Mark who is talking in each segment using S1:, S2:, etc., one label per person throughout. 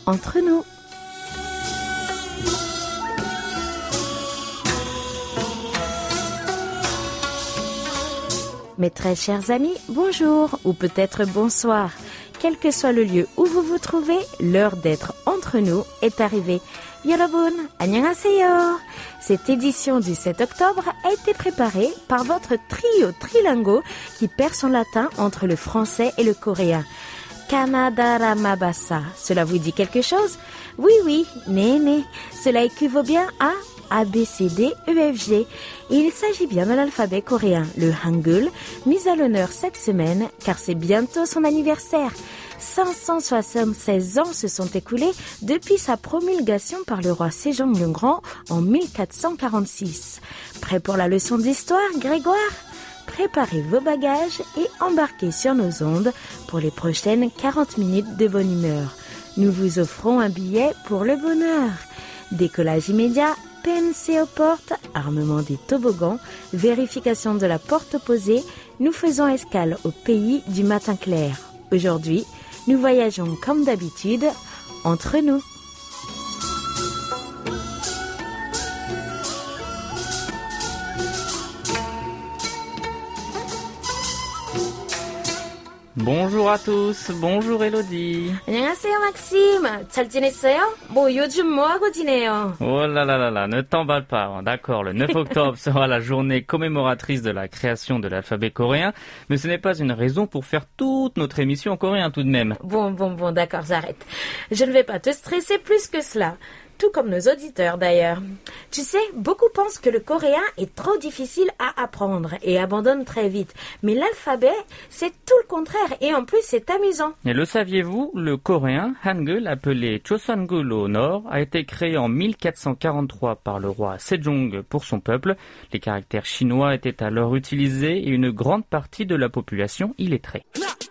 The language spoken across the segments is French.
S1: entre nous. Mes très chers amis, bonjour ou peut-être bonsoir. Quel que soit le lieu où vous vous trouvez, l'heure d'être entre nous est arrivée. 여러분, 안녕하세요. Cette édition du 7 octobre a été préparée par votre trio trilingo qui perd son latin entre le français et le coréen. Kanada Mabasa, cela vous dit quelque chose? Oui, né. Cela équivaut bien à A, B, C, D, E, F, G. Et il s'agit bien de l'alphabet coréen, le Hangul, mis à l'honneur cette semaine car c'est bientôt son anniversaire. 576 ans se sont écoulés depuis sa promulgation par le roi Sejong le Grand en 1446. Prêt pour la leçon d'histoire, Grégoire? Préparez vos bagages et embarquez sur nos ondes pour les prochaines 40 minutes de bonne humeur. Nous vous offrons un billet pour le bonheur. Décollage immédiat, PNC aux portes, armement des toboggans, vérification de la porte opposée, nous faisons escale au pays du matin clair. Aujourd'hui, nous voyageons comme d'habitude, entre nous.
S2: Bonjour à tous, bonjour Elodie.
S1: 안녕하세요, Maxime. 잘 지냈어요? 요즘 뭐하고 지내요?
S2: Oh là là là là, ne t'emballe pas. D'accord, le 9 octobre sera la journée commémoratrice de la création de l'alphabet coréen, mais ce n'est pas une raison pour faire toute notre émission en coréen tout de même.
S1: Bon, d'accord, j'arrête. Je ne vais pas te stresser plus que cela. Tout comme nos auditeurs d'ailleurs. Tu sais, beaucoup pensent que le coréen est trop difficile à apprendre et abandonnent très vite. Mais l'alphabet, c'est tout le contraire et en plus c'est amusant.
S2: Et le saviez-vous, le coréen Hangul, appelé Choseongul au nord, a été créé en 1443 par le roi Sejong pour son peuple. Les caractères chinois étaient alors utilisés et une grande partie de la population illettrée.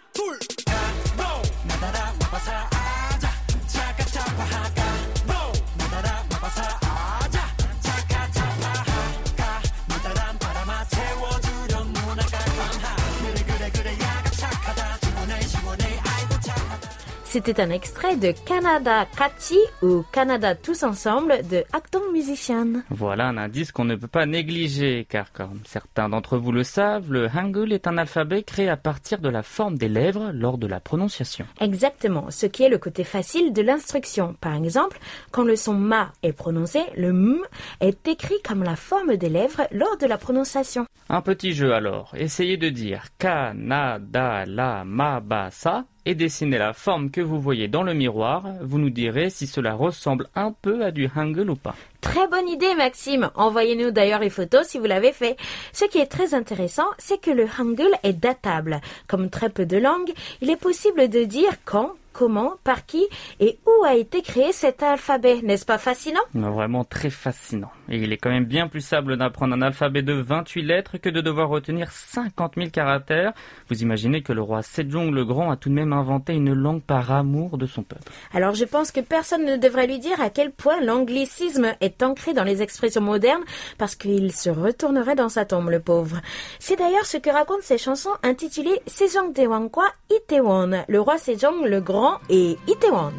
S1: C'était un extrait de Canada Kachi ou Canada tous ensemble de Acton Musician.
S2: Voilà un indice qu'on ne peut pas négliger, car comme certains d'entre vous le savent, le Hangul est un alphabet créé à partir de la forme des lèvres lors de la prononciation.
S1: Exactement, ce qui est le côté facile de l'instruction. Par exemple, quand le son ma est prononcé, le m est écrit comme la forme des lèvres lors de la prononciation.
S2: Un petit jeu alors, essayez de dire Kanada la ma ba sa et dessinez la forme que vous voyez dans le miroir. Vous nous direz si cela ressemble un peu à du Hangul ou pas.
S1: Très bonne idée, Maxime. Envoyez-nous d'ailleurs les photos si vous l'avez fait. Ce qui est très intéressant, c'est que le Hangul est datable. Comme très peu de langues, il est possible de dire quand, comment, par qui et où a été créé cet alphabet. N'est-ce pas fascinant?
S2: Vraiment très fascinant. Et il est quand même bien plus simple d'apprendre un alphabet de 28 lettres que de devoir retenir 50 000 caractères. Vous imaginez que le roi Sejong le Grand a tout de même inventé une langue par amour de son peuple.
S1: Alors je pense que personne ne devrait lui dire à quel point l'anglicisme est ancré dans les expressions modernes parce qu'il se retournerait dans sa tombe, le pauvre. C'est d'ailleurs ce que racontent ces chansons intitulées Sejong Daewang과 Itaewon, le roi Sejong le Grand et Itaewon.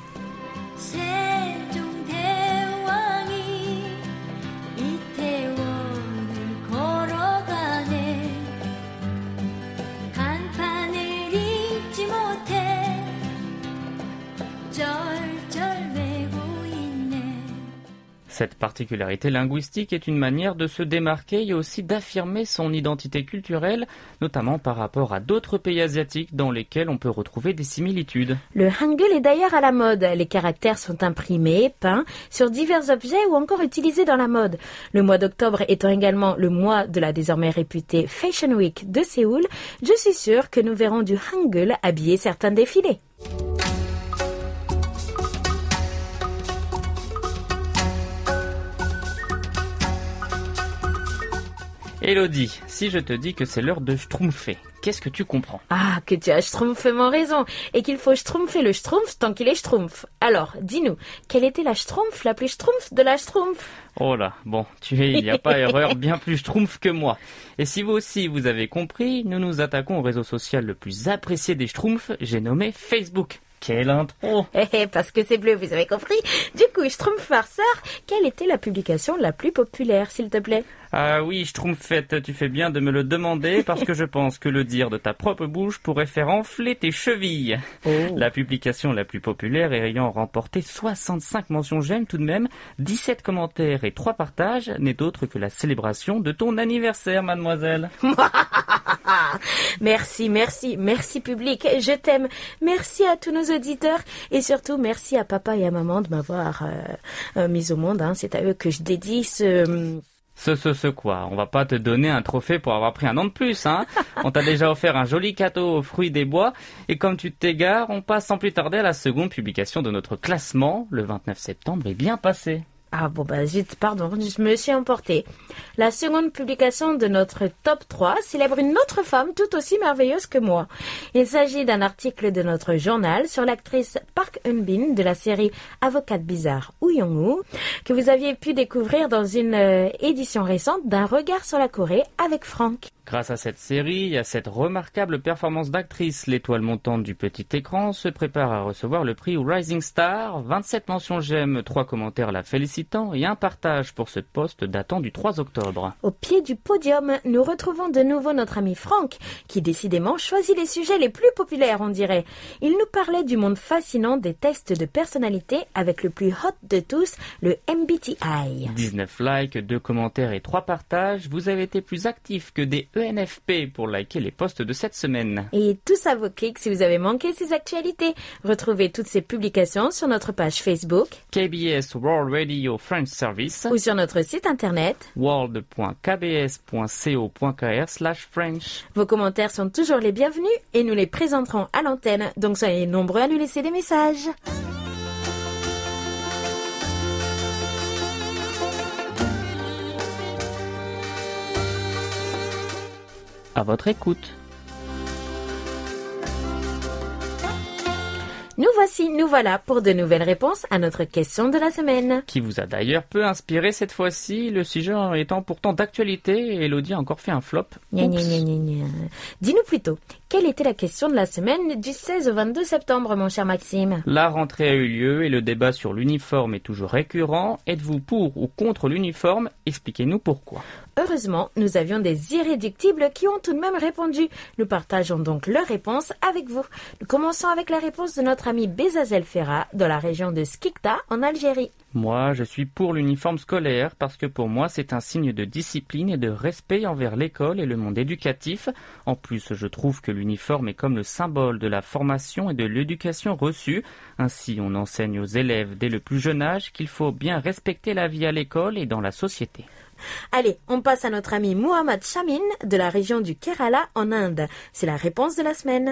S2: Cette particularité linguistique est une manière de se démarquer et aussi d'affirmer son identité culturelle, notamment par rapport à d'autres pays asiatiques dans lesquels on peut retrouver des similitudes.
S1: Le Hangul est d'ailleurs à la mode. Les caractères sont imprimés, peints sur divers objets ou encore utilisés dans la mode. Le mois d'octobre étant également le mois de la désormais réputée Fashion Week de Séoul, je suis sûre que nous verrons du Hangul habiller certains défilés.
S2: Elodie, si je te dis que c'est l'heure de schtroumpfer, qu'est-ce que tu comprends?
S1: Ah, que tu as schtroumpfement raison, et qu'il faut schtroumpfer le schtroumpf tant qu'il est schtroumpf. Alors, dis-nous, quelle était la schtroumpf la plus schtroumpf de la schtroumpf?
S2: Oh là, bon, il n'y a pas erreur, bien plus schtroumpf que moi. Et si vous aussi vous avez compris, nous nous attaquons au réseau social le plus apprécié des schtroumpfs, j'ai nommé Facebook. Quelle intro!
S1: Parce que c'est bleu, vous avez compris. Du coup, Schtroumpffarceur, quelle était la publication la plus populaire, s'il te plaît?
S2: Ah oui, Schtroumpfette, tu fais bien de me le demander parce que je pense que le dire de ta propre bouche pourrait faire enfler tes chevilles.
S1: Oh.
S2: La publication la plus populaire ayant remporté 65 mentions j'aime tout de même, 17 commentaires et 3 partages n'est autre que la célébration de ton anniversaire, mademoiselle.
S1: Merci public, je t'aime. Merci à tous nos auditeurs et surtout merci à papa et à maman de m'avoir mise au monde. C'est à eux que je dédie
S2: Ce quoi? On va pas te donner un trophée pour avoir pris un an de plus, hein? On t'a déjà offert un joli cadeau aux fruits des bois. Et comme tu t'égares, on passe sans plus tarder à la seconde publication de notre classement. Le 29 septembre est bien passé.
S1: Ah bon zut, pardon, je me suis emportée. La seconde publication de notre top 3 célèbre une autre femme tout aussi merveilleuse que moi. Il s'agit d'un article de notre journal sur l'actrice Park Eun-bin de la série Avocate bizarre Woo Young-woo que vous aviez pu découvrir dans une édition récente d'Un regard sur la Corée avec Franck.
S2: Grâce à cette série et à cette remarquable performance d'actrice, l'étoile montante du petit écran se prépare à recevoir le prix Rising Star, 27 mentions j'aime, 3 commentaires la félicitant et un partage pour ce poste datant du 3 octobre.
S1: Au pied du podium, nous retrouvons de nouveau notre ami Franck, qui décidément choisit les sujets les plus populaires, on dirait. Il nous parlait du monde fascinant des tests de personnalité avec le plus hot de tous, le MBTI.
S2: 19 likes, 2 commentaires et 3 partages, vous avez été plus actifs que des ENFP pour liker les posts de cette semaine.
S1: Et tous à vos clics si vous avez manqué ces actualités. Retrouvez toutes ces publications sur notre page Facebook
S2: KBS World Radio French Service
S1: ou sur notre site internet
S2: world.kbs.co.kr/French.
S1: Vos commentaires sont toujours les bienvenus et nous les présenterons à l'antenne, donc soyez nombreux à nous laisser des messages.
S2: À votre écoute.
S1: Nous voilà pour de nouvelles réponses à notre question de la semaine.
S2: Qui vous a d'ailleurs peu inspiré cette fois-ci, le sujet étant pourtant d'actualité et Elodie a encore fait un flop.
S1: Dis-nous plutôt, quelle était la question de la semaine du 16 au 22 septembre, mon cher Maxime?
S2: La rentrée a eu lieu et le débat sur l'uniforme est toujours récurrent. Êtes-vous pour ou contre l'uniforme? Expliquez-nous pourquoi.
S1: Heureusement, nous avions des irréductibles qui ont tout de même répondu. Nous partageons donc leurs réponses avec vous. Nous commençons avec la réponse de notre ami Bezazel Ferra, dans la région de Skikta, en Algérie.
S2: Moi, je suis pour l'uniforme scolaire parce que pour moi, c'est un signe de discipline et de respect envers l'école et le monde éducatif. En plus, je trouve que l'uniforme est comme le symbole de la formation et de l'éducation reçue. Ainsi, on enseigne aux élèves dès le plus jeune âge qu'il faut bien respecter la vie à l'école et dans la société.
S1: Allez, on passe à notre ami Muhammad Shamin de la région du Kerala en Inde. C'est la réponse de la semaine.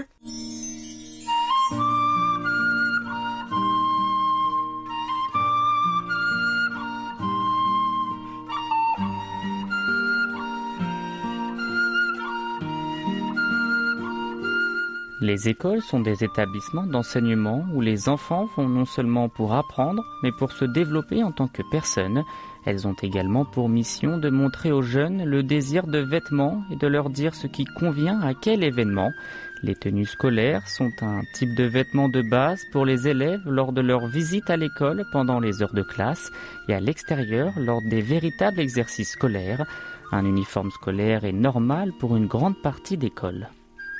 S2: Les écoles sont des établissements d'enseignement où les enfants vont non seulement pour apprendre, mais pour se développer en tant que personnes. Elles ont également pour mission de montrer aux jeunes le désir de vêtements et de leur dire ce qui convient à quel événement. Les tenues scolaires sont un type de vêtements de base pour les élèves lors de leur visite à l'école pendant les heures de classe et à l'extérieur lors des véritables exercices scolaires. Un uniforme scolaire est normal pour une grande partie d'écoles.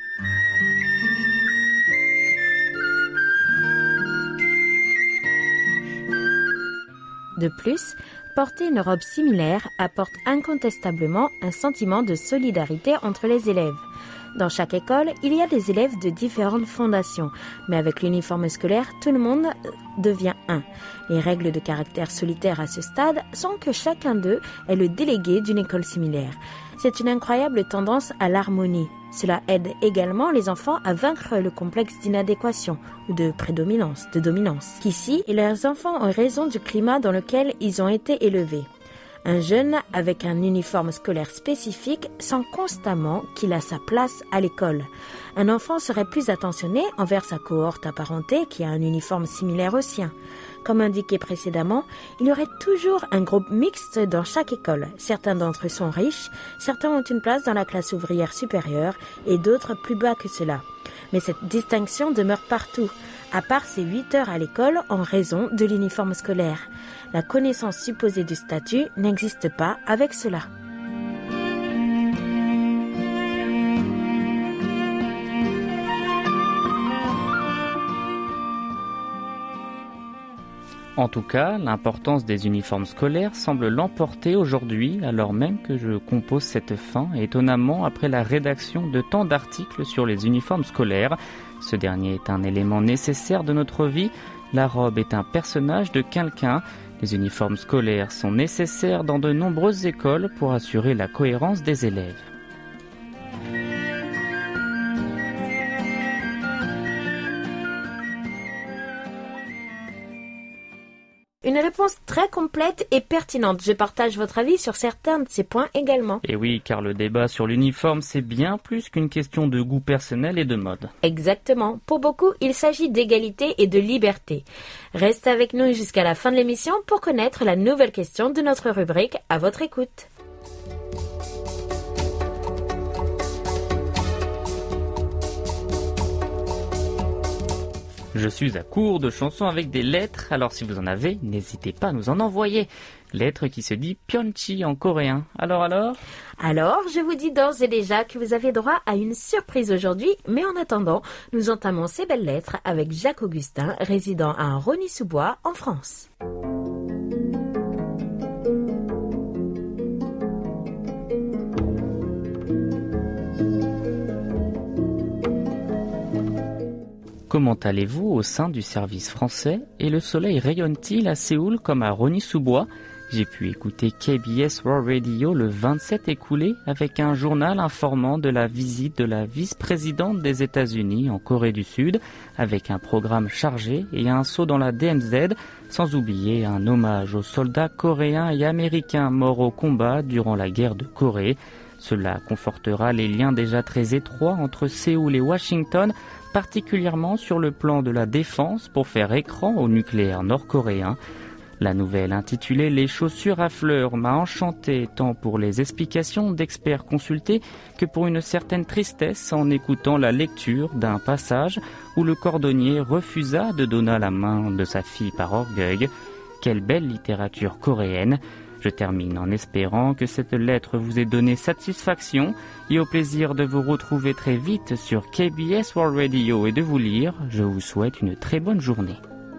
S1: De plus, porter une robe similaire apporte incontestablement un sentiment de solidarité entre les élèves. Dans chaque école, il y a des élèves de différentes fondations, mais avec l'uniforme scolaire, tout le monde devient un. Les règles de caractère solitaire à ce stade sont que chacun d'eux est le délégué d'une école similaire. C'est une incroyable tendance à l'harmonie. Cela aide également les enfants à vaincre le complexe d'inadéquation ou de prédominance, de dominance, qu'ici, leurs enfants ont raison du climat dans lequel ils ont été élevés. Un jeune avec un uniforme scolaire spécifique sent constamment qu'il a sa place à l'école. Un enfant serait plus attentionné envers sa cohorte apparentée qui a un uniforme similaire au sien. Comme indiqué précédemment, il y aurait toujours un groupe mixte dans chaque école. Certains d'entre eux sont riches, certains ont une place dans la classe ouvrière supérieure et d'autres plus bas que cela. Mais cette distinction demeure partout, à part ces 8 heures à l'école en raison de l'uniforme scolaire. La connaissance supposée du statut n'existe pas avec cela.
S2: En tout cas, l'importance des uniformes scolaires semble l'emporter aujourd'hui, alors même que je compose cette fin, étonnamment après la rédaction de tant d'articles sur les uniformes scolaires. Ce dernier est un élément nécessaire de notre vie. La robe est un personnage de quelqu'un. Les uniformes scolaires sont nécessaires dans de nombreuses écoles pour assurer la cohérence des élèves.
S1: Une réponse très complète et pertinente. Je partage votre avis sur certains de ces points également.
S2: Et oui, car le débat sur l'uniforme, c'est bien plus qu'une question de goût personnel et de mode.
S1: Exactement. Pour beaucoup, il s'agit d'égalité et de liberté. Restez avec nous jusqu'à la fin de l'émission pour connaître la nouvelle question de notre rubrique. À votre écoute.
S2: Je suis à court de chansons avec des lettres, alors si vous en avez, n'hésitez pas à nous en envoyer. Lettre qui se dit Pyeonchi en coréen. Alors
S1: je vous dis d'ores et déjà que vous avez droit à une surprise aujourd'hui, mais en attendant, nous entamons ces belles lettres avec Jacques Augustin, résident à Rosny-sous-Bois, en France.
S2: Comment allez-vous au sein du service français et le soleil rayonne-t-il à Séoul comme à Rosny-sous-Bois? J'ai pu écouter KBS World Radio le 27 écoulé avec un journal informant de la visite de la vice-présidente des États-Unis en Corée du Sud avec un programme chargé et un saut dans la DMZ, sans oublier un hommage aux soldats coréens et américains morts au combat durant la guerre de Corée. Cela confortera les liens déjà très étroits entre Séoul et Washington, particulièrement sur le plan de la défense pour faire écran au nucléaire nord-coréen. La nouvelle intitulée « Les chaussures à fleurs » m'a enchanté tant pour les explications d'experts consultés que pour une certaine tristesse en écoutant la lecture d'un passage où le cordonnier refusa de donner la main de sa fille par orgueil. Quelle belle littérature coréenne! Je termine en espérant que cette lettre vous ait donné satisfaction et au plaisir de vous retrouver très vite sur KBS World Radio et de vous lire. Je vous souhaite une très bonne journée.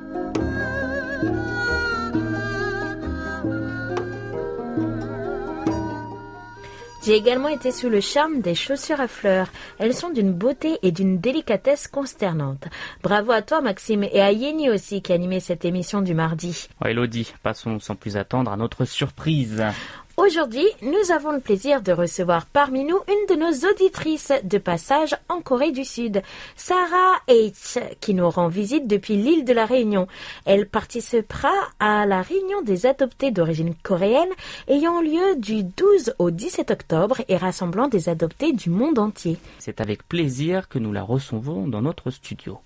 S1: J'ai également été sous le charme des chaussures à fleurs. Elles sont d'une beauté et d'une délicatesse consternante. Bravo à toi Maxime et à Yeni aussi qui animait cette émission du mardi.
S2: Elodie, passons sans plus attendre à notre surprise.
S1: Aujourd'hui, nous avons le plaisir de recevoir parmi nous une de nos auditrices de passage en Corée du Sud, Sarah H, qui nous rend visite depuis l'île de la Réunion. Elle participera à la réunion des adoptés d'origine coréenne ayant lieu du 12 au 17 octobre et rassemblant des adoptés du monde entier.
S2: C'est avec plaisir que nous la recevons dans notre studio.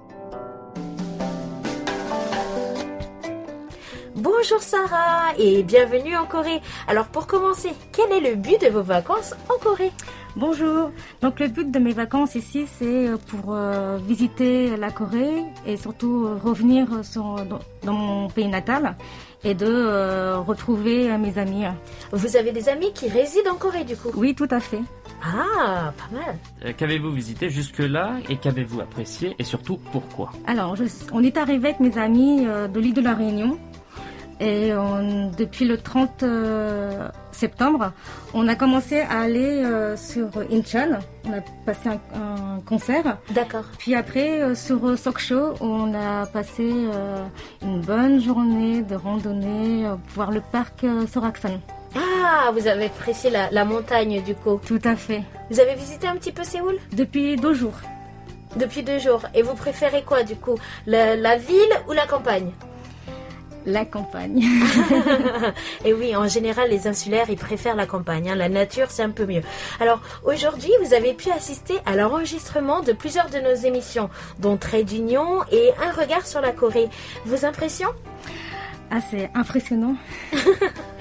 S1: Bonjour Sarah et bienvenue en Corée. Alors pour commencer, quel est le but de vos vacances en Corée?
S3: Bonjour, donc le but de mes vacances ici c'est pour visiter la Corée et surtout revenir dans mon pays natal et de retrouver mes amis.
S1: Vous avez des amis qui résident en Corée du coup?
S3: Oui, tout à fait.
S1: Ah, pas mal.
S2: Qu'avez-vous visité jusque-là et qu'avez-vous apprécié et surtout pourquoi?
S3: Alors, on est arrivé avec mes amis de l'île de la Réunion. Et depuis le 30 septembre, on a commencé à aller sur Incheon. On a passé un concert.
S1: D'accord.
S3: Puis après, sur Sokcho, on a passé une bonne journée de randonnée, voir le parc Soraksan.
S1: Ah, vous avez apprécié la montagne du coup?
S3: Tout à fait.
S1: Vous avez visité un petit peu Séoul?
S3: Depuis 2 jours.
S1: Depuis 2 jours. Et vous préférez quoi du coup? La ville ou la campagne?
S3: La campagne.
S1: Et oui, en général, les insulaires, ils préfèrent la campagne. La nature, c'est un peu mieux. Alors, aujourd'hui, vous avez pu assister à l'enregistrement de plusieurs de nos émissions, dont Trait d'Union et Un regard sur la Corée. Vos impressions?
S3: Ah, c'est impressionnant.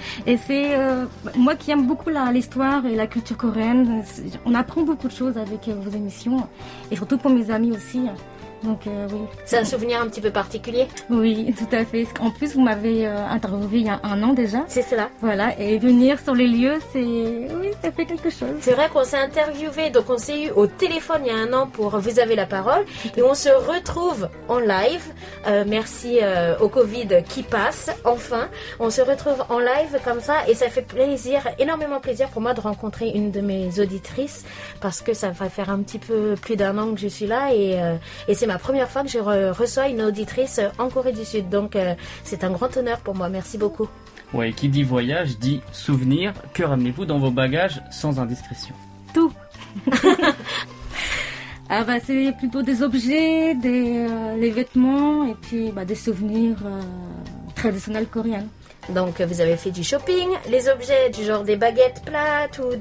S3: Et c'est moi qui aime beaucoup l'histoire et la culture coréenne. On apprend beaucoup de choses avec vos émissions et surtout pour mes amis aussi. Donc oui.
S1: C'est un souvenir un petit peu particulier?
S3: Oui, tout à fait. En plus, vous m'avez interviewé il y a 1 an déjà.
S1: C'est cela.
S3: Voilà, et venir sur les lieux, oui, ça fait quelque chose.
S1: C'est vrai qu'on s'est interviewé, donc on s'est eu au téléphone il y a 1 an pour Vous avez la parole, et on se retrouve en live. Merci au Covid qui passe, enfin. On se retrouve en live comme ça, et ça fait plaisir, énormément plaisir pour moi de rencontrer une de mes auditrices, parce que ça va faire un petit peu plus d'1 an que je suis là, et c'est ma première fois que je reçois une auditrice en Corée du Sud. Donc c'est un grand honneur pour moi. Merci beaucoup.
S2: Ouais, qui dit voyage dit souvenir. Que ramenez-vous dans vos bagages sans indiscrétion?
S3: Tout. C'est plutôt des objets, les vêtements et puis des souvenirs traditionnels coréens.
S1: Donc vous avez fait du shopping, les objets du genre des baguettes plates ou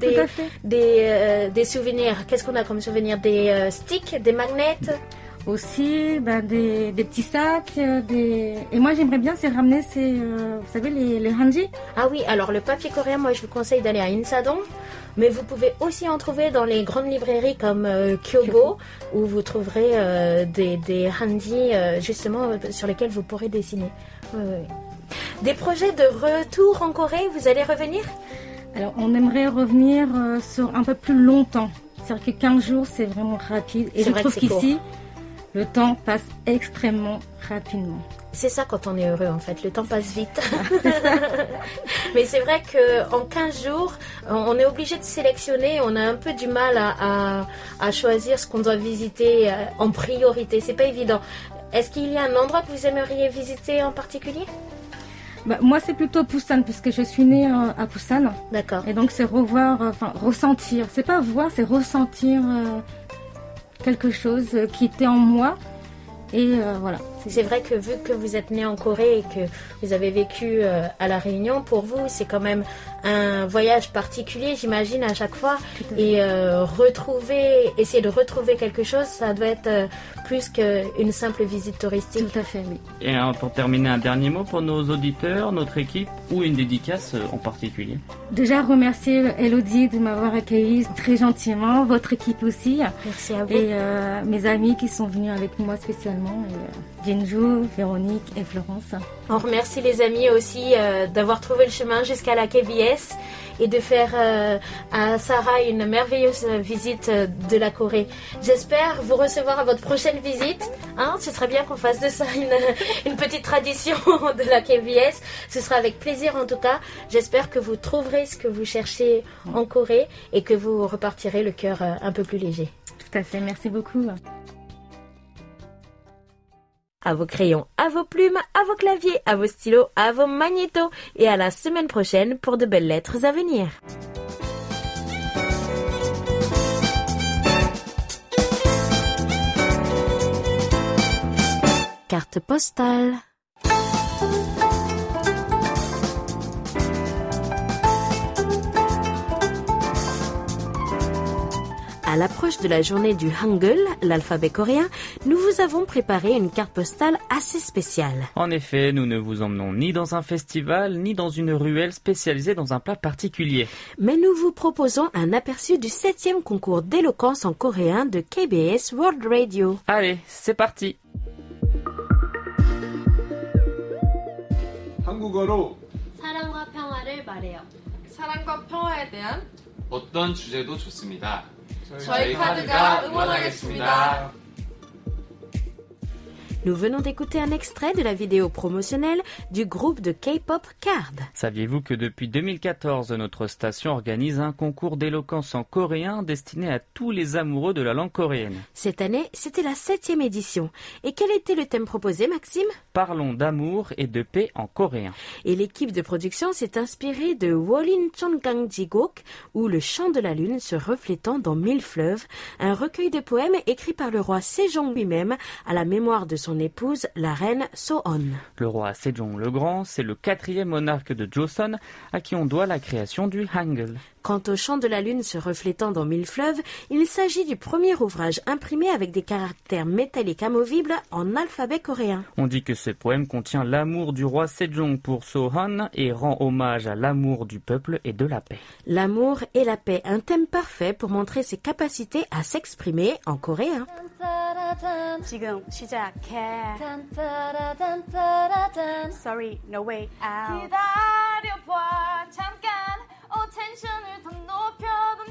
S1: des souvenirs. Qu'est-ce qu'on a comme souvenirs? Des sticks, des magnets?
S3: Aussi des petits sacs, et moi j'aimerais bien ramener vous savez les hanji.
S1: Ah oui, alors le papier coréen, moi je vous conseille d'aller à Insadong, mais vous pouvez aussi en trouver dans les grandes librairies comme Kyogo, où vous trouverez des hanji justement sur lesquels vous pourrez dessiner. Oui. Des projets de retour en Corée, vous allez revenir?
S3: Alors on aimerait revenir sur un peu plus longtemps, c'est-à-dire que 15 jours c'est vraiment rapide, et je trouve qu'ici le temps passe extrêmement rapidement.
S1: C'est ça quand on est heureux en fait, le temps passe vite. Mais c'est vrai qu'en 15 jours, on est obligé de sélectionner, on a un peu du mal à choisir ce qu'on doit visiter en priorité, c'est pas évident. Est-ce qu'il y a un endroit que vous aimeriez visiter en particulier?
S3: Moi c'est plutôt Busan, puisque je suis née à Busan.
S1: D'accord.
S3: Et donc c'est ressentir, c'est pas voir, c'est ressentir quelque chose qui était en moi. Et voilà.
S1: C'est vrai que vu que vous êtes né en Corée et que vous avez vécu à La Réunion, pour vous, c'est quand même un voyage particulier, j'imagine, à chaque fois. Et essayer de retrouver quelque chose, ça doit être plus qu'une simple visite touristique.
S3: Tout à fait, oui.
S2: Et pour terminer, un dernier mot pour nos auditeurs, notre équipe, ou une dédicace en particulier?
S3: Déjà, remercier Elodie de m'avoir accueilli très gentiment, votre équipe aussi.
S1: Merci à vous.
S3: Et mes amis qui sont venus avec moi spécialement. Jinju, Véronique et Florence.
S1: On remercie les amis aussi d'avoir trouvé le chemin jusqu'à la KBS et de faire à Sarah une merveilleuse visite de la Corée. J'espère vous recevoir à votre prochaine visite. Ce serait bien qu'on fasse de ça une petite tradition de la KBS. Ce sera avec plaisir en tout cas. J'espère que vous trouverez ce que vous cherchez en Corée et que vous repartirez le cœur un peu plus léger.
S3: Tout à fait, merci beaucoup.
S1: À vos crayons, à vos plumes, à vos claviers, à vos stylos, à vos magnétos et à la semaine prochaine pour de belles lettres à venir. Carte postale. À l'approche de la journée du Hangul, l'alphabet coréen, nous vous avons préparé une carte postale assez spéciale.
S2: En effet, nous ne vous emmenons ni dans un festival, ni dans une ruelle spécialisée dans un plat particulier.
S1: Mais nous vous proposons un aperçu du 7e concours d'éloquence en coréen de KBS World Radio.
S2: Allez, c'est parti!
S4: 한국어로
S5: 사랑과 평화를 말해요.
S6: 사랑과 평화에 대한
S4: 어떤 주제도 좋습니다.
S6: 저희 카드가 응원하겠습니다.
S1: Nous venons d'écouter un extrait de la vidéo promotionnelle du groupe de K-pop KARD.
S2: Saviez-vous que depuis 2014, notre station organise un concours d'éloquence en coréen destiné à tous les amoureux de la langue coréenne?
S1: Cette année, c'était la 7e édition. Et quel était le thème proposé, Maxime?
S2: Parlons d'amour et de paix en coréen.
S1: Et l'équipe de production s'est inspirée de Wolin Chongang Jigok, ou Le chant de la lune se reflétant dans 1000 fleuves, un recueil de poèmes écrit par le roi Sejong lui-même à la mémoire de son épouse, la reine So-on.
S2: Le roi Sejong le Grand, c'est le 4e monarque de Joseon, à qui on doit la création du Hangul.
S1: Quant au chant de la lune se reflétant dans 1000 fleuves, il s'agit du premier ouvrage imprimé avec des caractères métalliques amovibles en alphabet coréen.
S2: On dit que ce poème contient l'amour du roi Sejong pour Sohan et rend hommage à l'amour du peuple et de la paix.
S1: L'amour et la paix, un thème parfait pour montrer ses capacités à s'exprimer en coréen.
S7: 지금 시작해. Sorry, no way out.
S6: 기다려봐 잠깐 텐션을 더 높여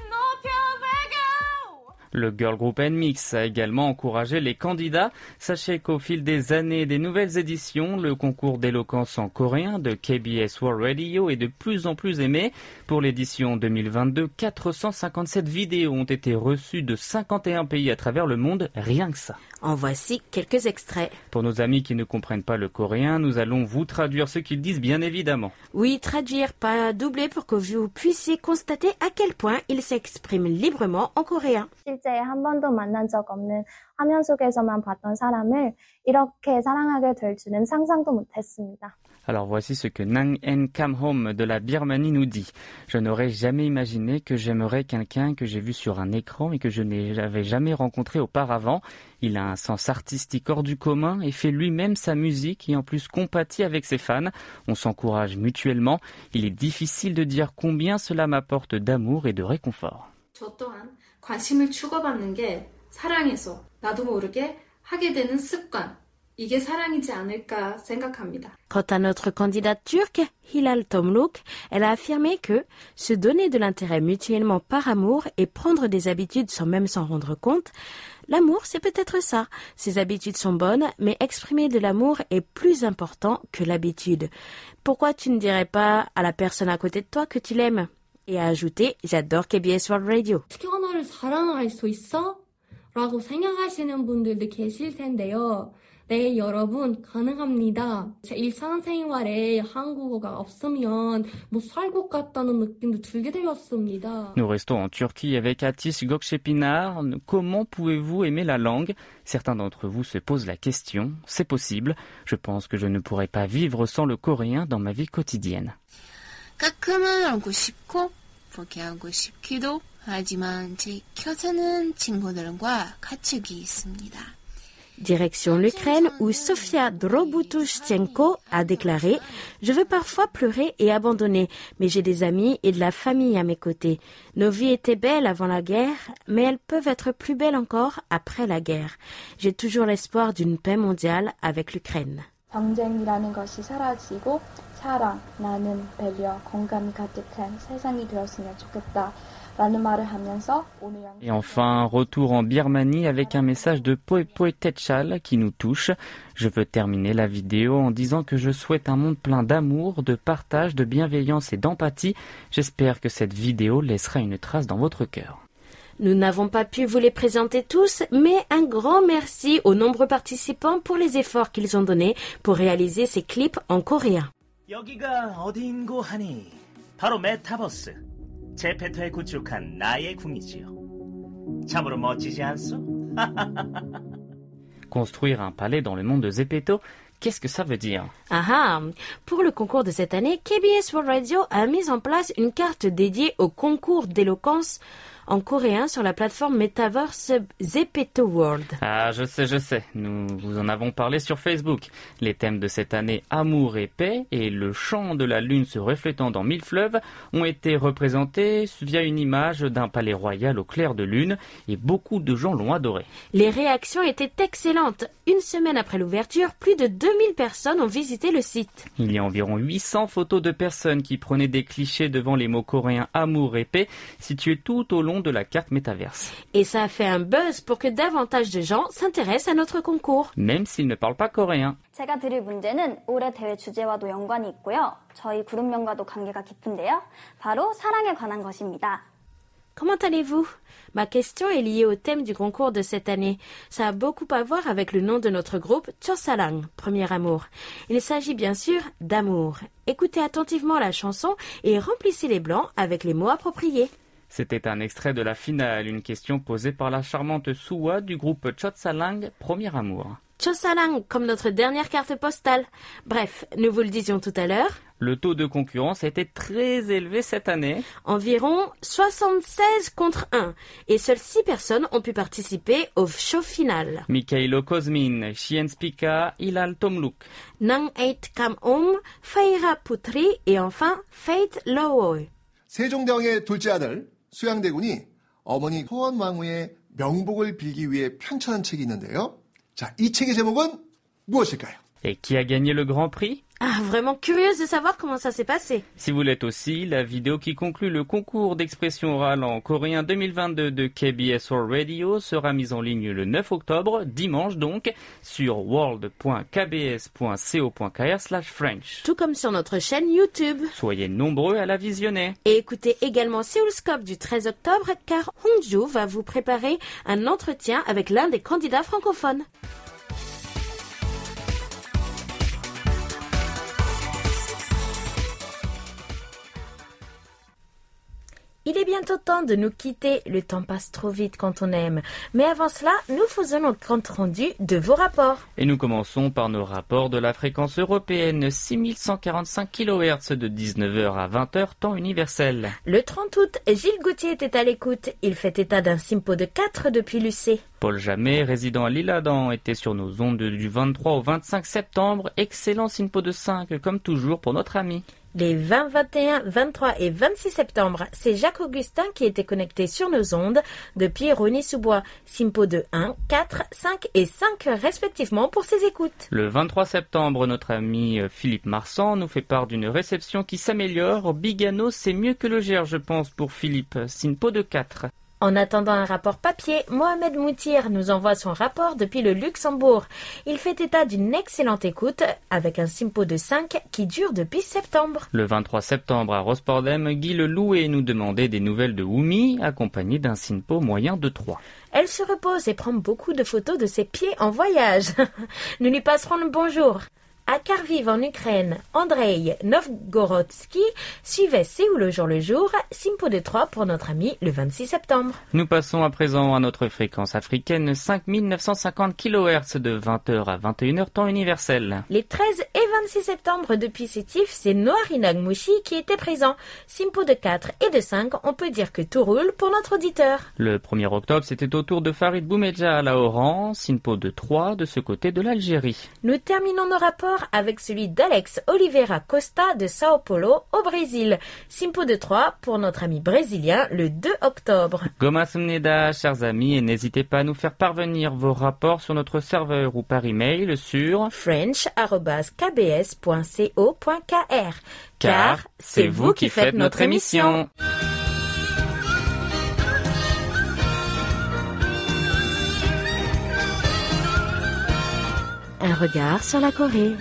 S6: let go.
S2: Le girl group NMIX a également encouragé les candidats. Sachez qu'au fil des années et des nouvelles éditions, le concours d'éloquence en coréen de KBS World Radio est de plus en plus aimé. Pour l'édition 2022, 457 vidéos ont été reçues de 51 pays à travers le monde, rien que ça.
S1: En voici quelques extraits.
S2: Pour nos amis qui ne comprennent pas le coréen, nous allons vous traduire ce qu'ils disent bien évidemment.
S1: Oui, traduire, pas doubler pour que vous puissiez constater à quel point ils s'expriment librement en coréen.
S8: 실제 한 번도 만난 적 없는 화면 속에서만 봤던 사람을 이렇게 사랑하게 될 줄은 상상도 못했습니다.
S2: Alors voici ce que Nang En Kamhom de la Birmanie nous dit. Je n'aurais jamais imaginé que j'aimerais quelqu'un que j'ai vu sur un écran et que je n'avais jamais rencontré auparavant. Il a un sens artistique hors du commun et fait lui-même sa musique et en plus compatit avec ses fans. On s'encourage mutuellement. Il est difficile de dire combien cela m'apporte d'amour et de réconfort.
S9: 저 또한 관심을 주고받는 게 사랑해서 나도 모르게 하게 되는 습관. 이게 사랑이지 않을까 생각합니다.
S1: Quant à notre candidate turque, Hilal Tomluk, elle a affirmé que se donner de l'intérêt mutuellement par amour et prendre des habitudes sans même s'en rendre compte, l'amour c'est peut-être ça. Ces habitudes sont bonnes, mais exprimer de l'amour est plus important que l'habitude. Pourquoi tu ne dirais pas à la personne à côté de toi que tu l'aimes? Et a ajouté, j'adore KBS World Radio.
S10: 언어를 사랑할 수 있어? 라고 생각하시는 분들도 계실 텐데요. 네, 여러분, 가능합니다. 일상생활에 한국어가 없으면 살 것 같다는 느낌도 들게 되었습니다.
S2: Nous restons en Turquie avec Atis Gökçepinar. Comment pouvez-vous aimer la langue? Certains d'entre vous se posent la question. C'est possible. Je pense que je ne pourrais pas vivre sans le coréen dans ma vie quotidienne.
S11: 가끔은 알고 싶고 포기하고 싶기도 하지만 제 곁에는 친구들과 가축이 있습니다.
S1: Direction l'Ukraine où Sofia Drobutushchenko a déclaré « Je veux parfois pleurer et abandonner, mais j'ai des amis et de la famille à mes côtés. Nos vies étaient belles avant la guerre, mais elles peuvent être plus belles encore après la guerre. J'ai toujours l'espoir d'une paix mondiale avec l'Ukraine. »
S8: 경쟁이라는 것이 사라지고 사랑, 나눔, 배려, 공감이 가득한 세상이 되었으면 좋겠다.
S2: Et enfin, retour en Birmanie avec un message de Poepoe Techal qui nous touche. Je veux terminer la vidéo en disant que je souhaite un monde plein d'amour, de partage, de bienveillance et d'empathie. J'espère que cette vidéo laissera une trace dans votre cœur.
S1: Nous n'avons pas pu vous les présenter tous, mais un grand merci aux nombreux participants pour les efforts qu'ils ont donnés pour réaliser ces clips en coréen.
S12: 여기가 어디인고 하니 바로 메타버스. 제페토에 구축한 나의 궁이지요. 참으로 멋지지 않소?
S2: Construire un palais dans le monde de Zepeto, qu'est-ce que ça veut dire?
S1: Pour le concours de cette année, KBS World Radio a mis en place une carte dédiée au concours d'éloquence en coréen sur la plateforme Metaverse Zepeto World.
S2: Ah, je sais. Nous vous en avons parlé sur Facebook. Les thèmes de cette année, amour et paix, et le chant de la lune se reflétant dans 1000 fleuves, ont été représentés via une image d'un palais royal au clair de lune, et beaucoup de gens l'ont adoré.
S1: Les réactions étaient excellentes. Une semaine après l'ouverture, plus de 2000 personnes ont visité le site.
S2: Il y a environ 800 photos de personnes qui prenaient des clichés devant les mots coréens amour et paix, situés tout au long de la carte métaverse.
S1: Et ça a fait un buzz pour que davantage de gens s'intéressent à notre concours.
S2: Même s'ils ne parlent pas coréen.
S8: 제가 드릴 문제는 올해 대회 주제와도 연관이 있고요. 저희 그룹명과도 관계가 깊은데요. 바로 사랑에 관한 것입니다.
S1: Comment allez-vous? Ma question est liée au thème du concours de cette année. Ça a beaucoup à voir avec le nom de notre groupe, Chosalang, Premier Amour. Il s'agit bien sûr d'amour. Écoutez attentivement la chanson et remplissez les blancs avec les mots appropriés.
S2: C'était un extrait de la finale, une question posée par la charmante Suwa du groupe Chosalang, Premier Amour.
S1: Chosalang, comme notre dernière carte postale. Bref, nous vous le disions tout à l'heure.
S2: Le taux de concurrence a été très élevé cette année.
S1: Environ 76 contre 1. Et seules 6 personnes ont pu participer au show final.
S2: Mikhailo Kozmin, Chien Spika, Hilal Tomluk.
S1: Nang Eit Kam Faira Putri et enfin Faith Lowoy.
S13: 세종대왕의 둘째 아들 수양대군이 어머니 소원왕후의 명복을 빌기 위해 편찬한 책이 있는데요. 자, 이 책의 제목은 무엇일까요?
S2: Et qui a gagné le Grand Prix?
S1: Ah, vraiment curieuse de savoir comment ça s'est passé.
S2: Si vous l'êtes aussi, la vidéo qui conclut le concours d'expression orale en coréen 2022 de KBS World Radio sera mise en ligne le 9 octobre, dimanche donc, sur world.kbs.co.kr/French.
S1: Tout comme sur notre chaîne YouTube.
S2: Soyez nombreux à la visionner.
S1: Et écoutez également Seoulscope du 13 octobre car Hongju va vous préparer un entretien avec l'un des candidats francophones. Il est bientôt temps de nous quitter, le temps passe trop vite quand on aime. Mais avant cela, nous faisons notre compte rendu de vos rapports.
S2: Et nous commençons par nos rapports de la fréquence européenne 6145 kHz de 19h à 20h, temps universel.
S1: Le 30 août, Gilles Gauthier était à l'écoute. Il fait état d'un SINPO de 4 depuis l'UC.
S2: Paul Jamet, résident à l'Isle-Adam, était sur nos ondes du 23 au 25 septembre. Excellent SINPO de 5, comme toujours pour notre ami.
S1: Les 20, 21, 23 et 26 septembre, c'est Jacques Augustin qui était connecté sur nos ondes depuis Rony-sous-Bois. SINPO de 1, 4, 5 et 5 respectivement pour ses écoutes.
S2: Le 23 septembre, notre ami Philippe Marsan nous fait part d'une réception qui s'améliore. Bigano, c'est mieux que le Gers, je pense, pour Philippe. SINPO de 4.
S1: En attendant un rapport papier, Mohamed Moutir nous envoie son rapport depuis le Luxembourg. Il fait état d'une excellente écoute avec un SINPO de 5 qui dure depuis septembre.
S2: Le 23 septembre à Rospordem, Guy Le Louet nous demandait des nouvelles de Oumi, accompagné d'un SINPO moyen de 3.
S1: Elle se repose et prend beaucoup de photos de ses pieds en voyage. Nous lui passerons le bonjour. À Kharkiv en Ukraine, Andrei Novgorodsky suivait Séoul le jour, SINPO de 3 pour notre ami le 26 septembre.
S2: Nous passons à présent à notre fréquence africaine 5950 kHz de 20h à 21h temps universel.
S1: Les 13 et 26 septembre depuis Sétif, c'est Noari Nagmouchi qui était présent. SINPO de 4 et de 5, on peut dire que tout roule pour notre auditeur.
S2: Le 1er octobre, c'était au tour de Farid Boumedja à la Oran, SINPO de 3 de ce côté de l'Algérie.
S1: Nous terminons nos rapports avec celui d'Alex Oliveira Costa de Sao Paulo au Brésil. SINPO de 3 pour notre ami brésilien le 2 octobre.
S2: Gomasumneda, chers amis, et n'hésitez pas à nous faire parvenir vos rapports sur notre serveur ou par email sur
S1: french@kbs.co.kr car c'est vous qui faites notre émission. Un regard sur la Corée.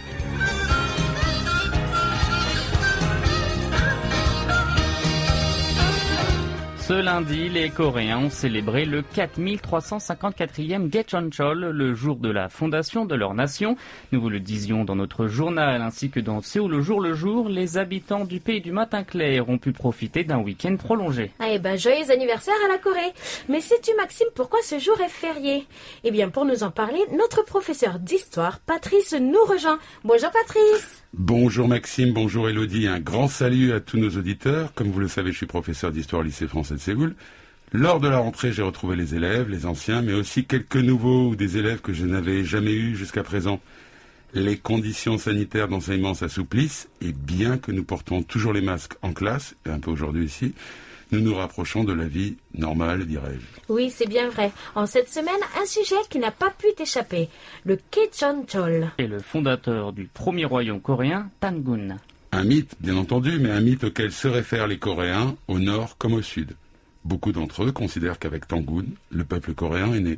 S2: Ce lundi, les Coréens ont célébré le 4354e Gechonchol, le jour de la fondation de leur nation. Nous vous le disions dans notre journal ainsi que dans Séoul le jour, les habitants du pays du matin clair ont pu profiter d'un week-end prolongé.
S1: Ah joyeux anniversaire à la Corée. Mais sais-tu Maxime pourquoi ce jour est férié? Eh bien pour nous en parler, notre professeur d'histoire Patrice nous rejoint. Bonjour Patrice.
S14: Bonjour Maxime, bonjour Elodie, un grand salut à tous nos auditeurs. Comme vous le savez, je suis professeur d'histoire au lycée français de Séoul. Lors de la rentrée, j'ai retrouvé les élèves, les anciens, mais aussi quelques nouveaux ou des élèves que je n'avais jamais eus jusqu'à présent. Les conditions sanitaires d'enseignement s'assouplissent et bien que nous portons toujours les masques en classe, et un peu aujourd'hui ici, nous nous rapprochons de la vie normale, dirais-je.
S1: Oui, c'est bien vrai. En cette semaine, un sujet qui n'a pas pu t'échapper, le Gechonchol.
S2: Et le fondateur du premier royaume coréen, Tangun.
S14: Un mythe, bien entendu, mais un mythe auquel se réfèrent les Coréens, au nord comme au sud. Beaucoup d'entre eux considèrent qu'avec Tangun, le peuple coréen est né.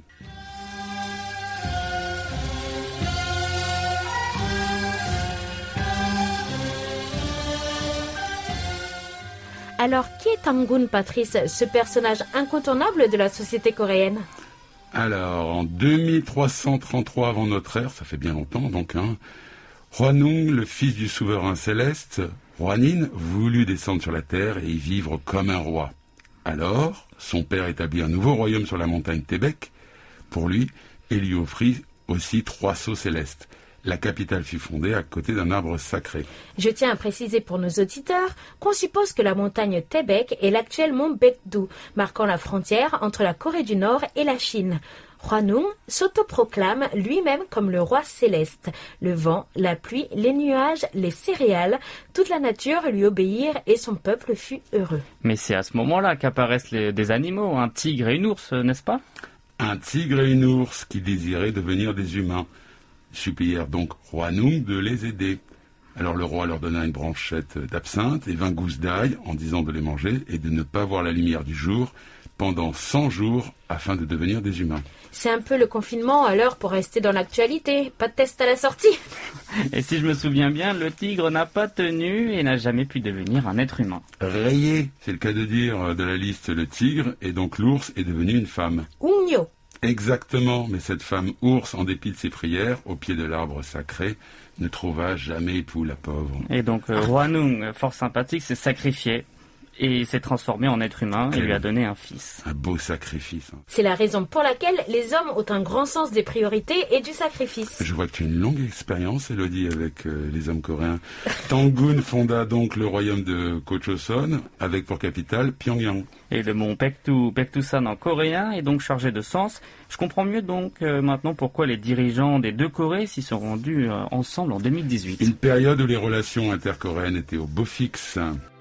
S1: Alors, qui est Tangun, Patrice, ce personnage incontournable de la société coréenne?
S14: Alors, en 2333 avant notre ère, ça fait bien longtemps donc, Hwanung, le fils du souverain céleste, Hwanin, voulut descendre sur la terre et y vivre comme un roi. Alors, son père établit un nouveau royaume sur la montagne Tébek pour lui et lui offrit aussi 3 sceaux célestes. La capitale fut fondée à côté d'un arbre sacré.
S1: Je tiens à préciser pour nos auditeurs qu'on suppose que la montagne Taebaek est l'actuel mont Baekdu, marquant la frontière entre la Corée du Nord et la Chine. Hwanung s'autoproclame lui-même comme le roi céleste. Le vent, la pluie, les nuages, les céréales, toute la nature lui obéirent et son peuple fut heureux.
S2: Mais c'est à ce moment-là qu'apparaissent des animaux, un tigre et une ours, n'est-ce pas?
S14: Un tigre et une ours qui désiraient devenir des humains. Ils supplièrent donc Hwanung de les aider. Alors le roi leur donna une branchette d'absinthe et 20 gousses d'ail en disant de les manger et de ne pas voir la lumière du jour pendant 100 jours afin de devenir des humains.
S1: C'est un peu le confinement à l'heure pour rester dans l'actualité. Pas de test à la sortie.
S2: Et si je me souviens bien, le tigre n'a pas tenu et n'a jamais pu devenir un être humain.
S14: Rayé, c'est le cas de dire de la liste le tigre, et donc l'ours est devenu une femme.
S1: Ougno.
S14: Exactement, mais cette femme ours, en dépit de ses prières, au pied de l'arbre sacré, ne trouva jamais époux, la pauvre.
S2: Et donc Hwanung, fort sympathique, s'est sacrifié et s'est transformé en être humain et lui a donné un fils.
S14: Un beau sacrifice.
S1: C'est la raison pour laquelle les hommes ont un grand sens des priorités et du sacrifice.
S14: Je vois que tu as une longue expérience, Elodie, avec les hommes coréens. Tangun fonda donc le royaume de Kochoson, avec pour capitale Pyongyang.
S2: Et le mont Paektusan en coréen est donc chargé de sens. Je comprends mieux donc maintenant pourquoi les dirigeants des deux Corées s'y sont rendus ensemble en 2018.
S14: Une période où les relations intercoréennes étaient au beau fixe.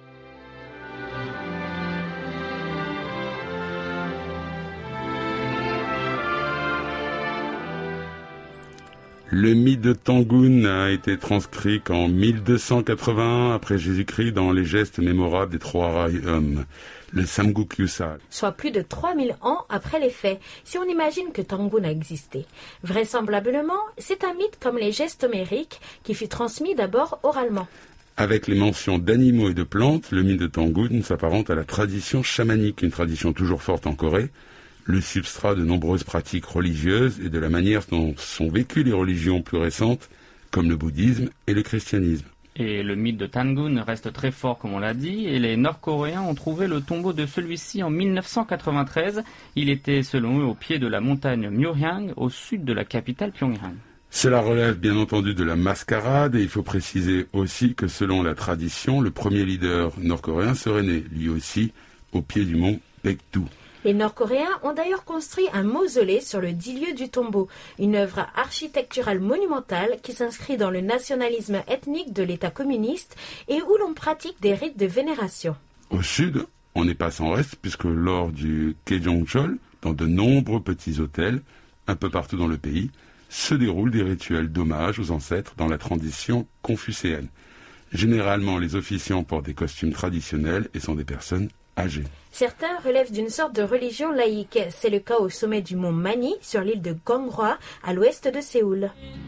S14: Le mythe de Tangun a été transcrit qu'en 1281 après Jésus-Christ dans les gestes mémorables des trois royaumes, le Samguk-yusa.
S1: Soit plus de 3000 ans après les faits, si on imagine que Tangun a existé. Vraisemblablement, c'est un mythe comme les gestes homériques qui fut transmis d'abord oralement.
S14: Avec les mentions d'animaux et de plantes, le mythe de Tangun s'apparente à la tradition chamanique, une tradition toujours forte en Corée, le substrat de nombreuses pratiques religieuses et de la manière dont sont vécues les religions plus récentes, comme le bouddhisme et le christianisme.
S2: Et le mythe de Tangun reste très fort, comme on l'a dit, et les Nord-Coréens ont trouvé le tombeau de celui-ci en 1993. Il était, selon eux, au pied de la montagne Myohyang, au sud de la capitale Pyongyang.
S14: Cela relève bien entendu de la mascarade, et il faut préciser aussi que selon la tradition, le premier leader nord-coréen serait né, lui aussi, au pied du mont Baekdu.
S1: Les Nord-Coréens ont d'ailleurs construit un mausolée sur le dit lieu du tombeau, une œuvre architecturale monumentale qui s'inscrit dans le nationalisme ethnique de l'État communiste et où l'on pratique des rites de vénération.
S14: Au sud, on n'est pas sans reste puisque lors du Kaejongcheol, dans de nombreux petits hôtels, un peu partout dans le pays, se déroulent des rituels d'hommage aux ancêtres dans la tradition confucéenne. Généralement, les officiants portent des costumes traditionnels et sont des personnes âgées.
S1: Certains relèvent d'une sorte de religion laïque. C'est le cas au sommet du mont Mani, sur l'île de Gonghwa, à l'ouest de Séoul.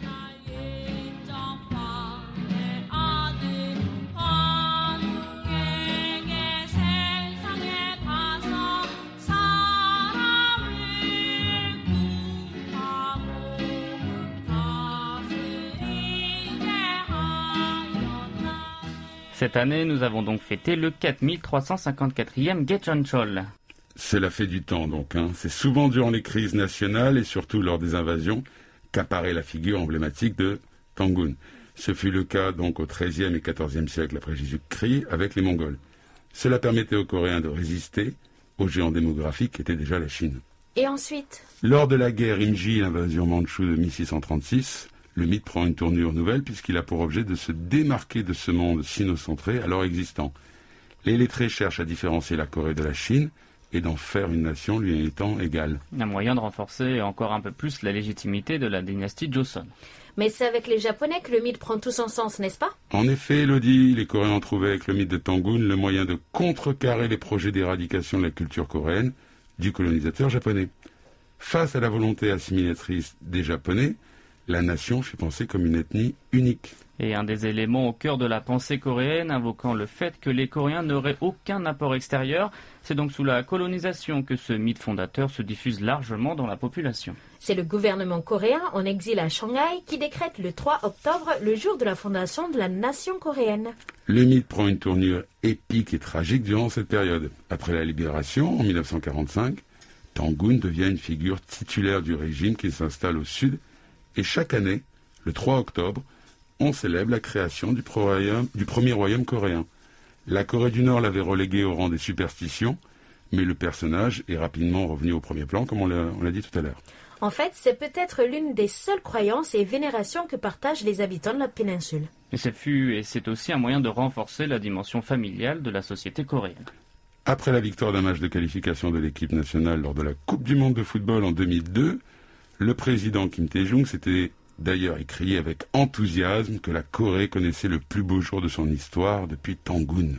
S2: Cette année, nous avons donc fêté le 4354e Gaechoncheol.
S14: C'est la fête du temps donc. C'est souvent durant les crises nationales et surtout lors des invasions qu'apparaît la figure emblématique de Tangun. Ce fut le cas donc au XIIIe et XIVe siècle après Jésus-Christ avec les Mongols. Cela permettait aux Coréens de résister au géant démographique qui était déjà la Chine.
S1: Et ensuite ?
S14: Lors de la guerre Imji, l'invasion mandchoue de 1636, le mythe prend une tournure nouvelle puisqu'il a pour objet de se démarquer de ce monde sinocentré alors existant. Les lettrés cherchent à différencier la Corée de la Chine et d'en faire une nation lui étant égale.
S2: Un moyen de renforcer encore un peu plus la légitimité de la dynastie Joseon.
S1: Mais c'est avec les Japonais que le mythe prend tout son sens, n'est-ce pas ?
S14: En effet, Elodie, les Coréens ont trouvé avec le mythe de Tangun le moyen de contrecarrer les projets d'éradication de la culture coréenne du colonisateur japonais. Face à la volonté assimilatrice des Japonais, la nation fut pensée comme une ethnie unique.
S2: Et un des éléments au cœur de la pensée coréenne invoquant le fait que les Coréens n'auraient aucun apport extérieur, c'est donc sous la colonisation que ce mythe fondateur se diffuse largement dans la population.
S1: C'est le gouvernement coréen en exil à Shanghai qui décrète le 3 octobre le jour de la fondation de la nation coréenne.
S14: Le mythe prend une tournure épique et tragique durant cette période. Après la libération, en 1945, Tangun devient une figure titulaire du régime qui s'installe au sud. Et chaque année, le 3 octobre, on célèbre la création du premier royaume coréen. La Corée du Nord l'avait relégué au rang des superstitions, mais le personnage est rapidement revenu au premier plan, comme on l'a dit tout à l'heure.
S1: En fait, c'est peut-être l'une des seules croyances et vénérations que partagent les habitants de la péninsule.
S2: Et c'est aussi un moyen de renforcer la dimension familiale de la société coréenne.
S14: Après la victoire d'un match de qualification de l'équipe nationale lors de la Coupe du Monde de football en 2002, le président Kim Tae-jung s'était d'ailleurs écrié avec enthousiasme que la Corée connaissait le plus beau jour de son histoire depuis Tangun.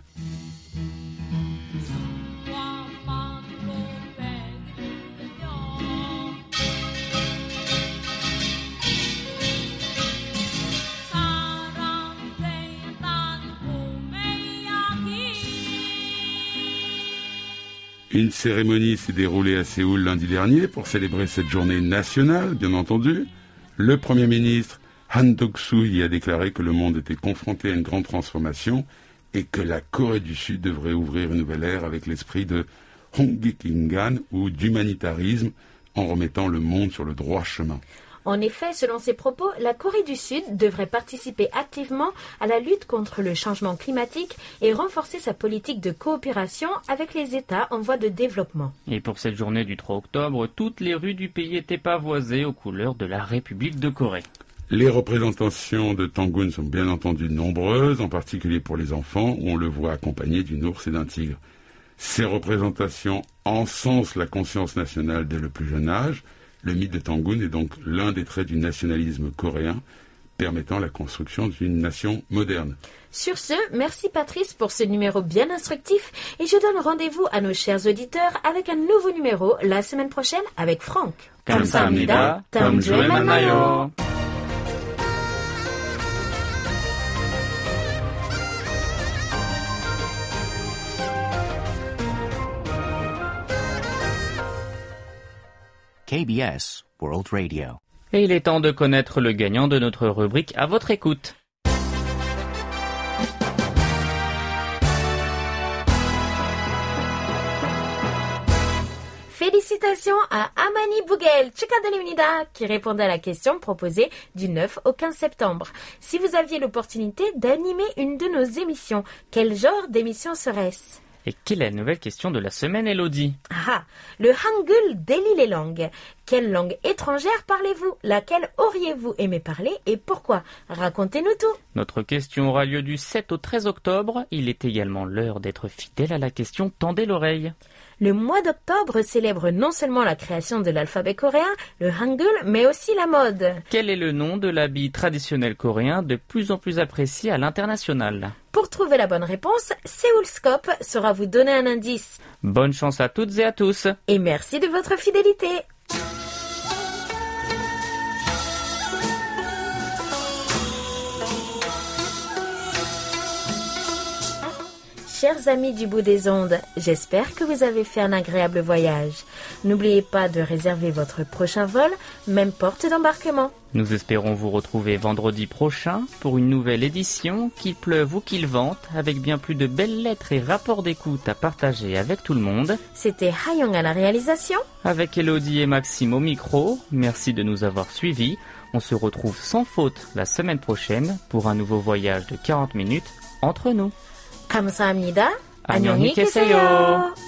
S14: Une cérémonie s'est déroulée à Séoul lundi dernier pour célébrer cette journée nationale, bien entendu. Le Premier ministre Han Dok-soo y a déclaré que le monde était confronté à une grande transformation et que la Corée du Sud devrait ouvrir une nouvelle ère avec l'esprit de Hongik-ingan ou d'humanitarisme en remettant le monde sur le droit chemin.
S1: En effet, selon ses propos, la Corée du Sud devrait participer activement à la lutte contre le changement climatique et renforcer sa politique de coopération avec les États en voie de développement.
S2: Et pour cette journée du 3 octobre, toutes les rues du pays étaient pavoisées aux couleurs de la République de Corée.
S14: Les représentations de Tangun sont bien entendu nombreuses, en particulier pour les enfants, où on le voit accompagné d'une ours et d'un tigre. Ces représentations encensent la conscience nationale dès le plus jeune âge. Le mythe de Tangun est donc l'un des traits du nationalisme coréen, permettant la construction d'une nation moderne.
S1: Sur ce, merci Patrice pour ce numéro bien instructif et je donne rendez-vous à nos chers auditeurs avec un nouveau numéro la semaine prochaine avec Franck.
S2: 감사합니다. 다음 주에 만나요.
S15: KBS World Radio.
S2: Et il est temps de connaître le gagnant de notre rubrique À votre écoute.
S1: Félicitations à Amani Bougel, 축하드립니다, qui répondait à la question proposée du 9 au 15 septembre. Si vous aviez l'opportunité d'animer une de nos émissions, quel genre d'émission serait-ce ?
S2: Et quelle est la nouvelle question de la semaine, Elodie ?
S1: Le Hangul délie les langues. Quelle langue étrangère parlez-vous ? Laquelle auriez-vous aimé parler et pourquoi ? Racontez-nous tout.
S2: Notre question aura lieu du 7 au 13 octobre. Il est également l'heure d'être fidèle à la question « Tendez l'oreille ».
S1: Le mois d'octobre célèbre non seulement la création de l'alphabet coréen, le Hangul, mais aussi la mode.
S2: Quel est le nom de l'habit traditionnel coréen de plus en plus apprécié à l'international ?
S1: Pour trouver la bonne réponse, Séoulscope saura vous donner un indice.
S2: Bonne chance à toutes et à tous.
S1: Et merci de votre fidélité. Chers amis du bout des ondes, j'espère que vous avez fait un agréable voyage. N'oubliez pas de réserver votre prochain vol, même porte d'embarquement.
S2: Nous espérons vous retrouver vendredi prochain pour une nouvelle édition, qu'il pleuve ou qu'il vente, avec bien plus de belles lettres et rapports d'écoute à partager avec tout le monde.
S1: C'était Hayong à la réalisation.
S2: Avec Elodie et Maxime au micro, merci de nous avoir suivis. On se retrouve sans faute la semaine prochaine pour un nouveau voyage de 40 minutes entre nous.
S1: 감사합니다.
S2: 안녕히 계세요.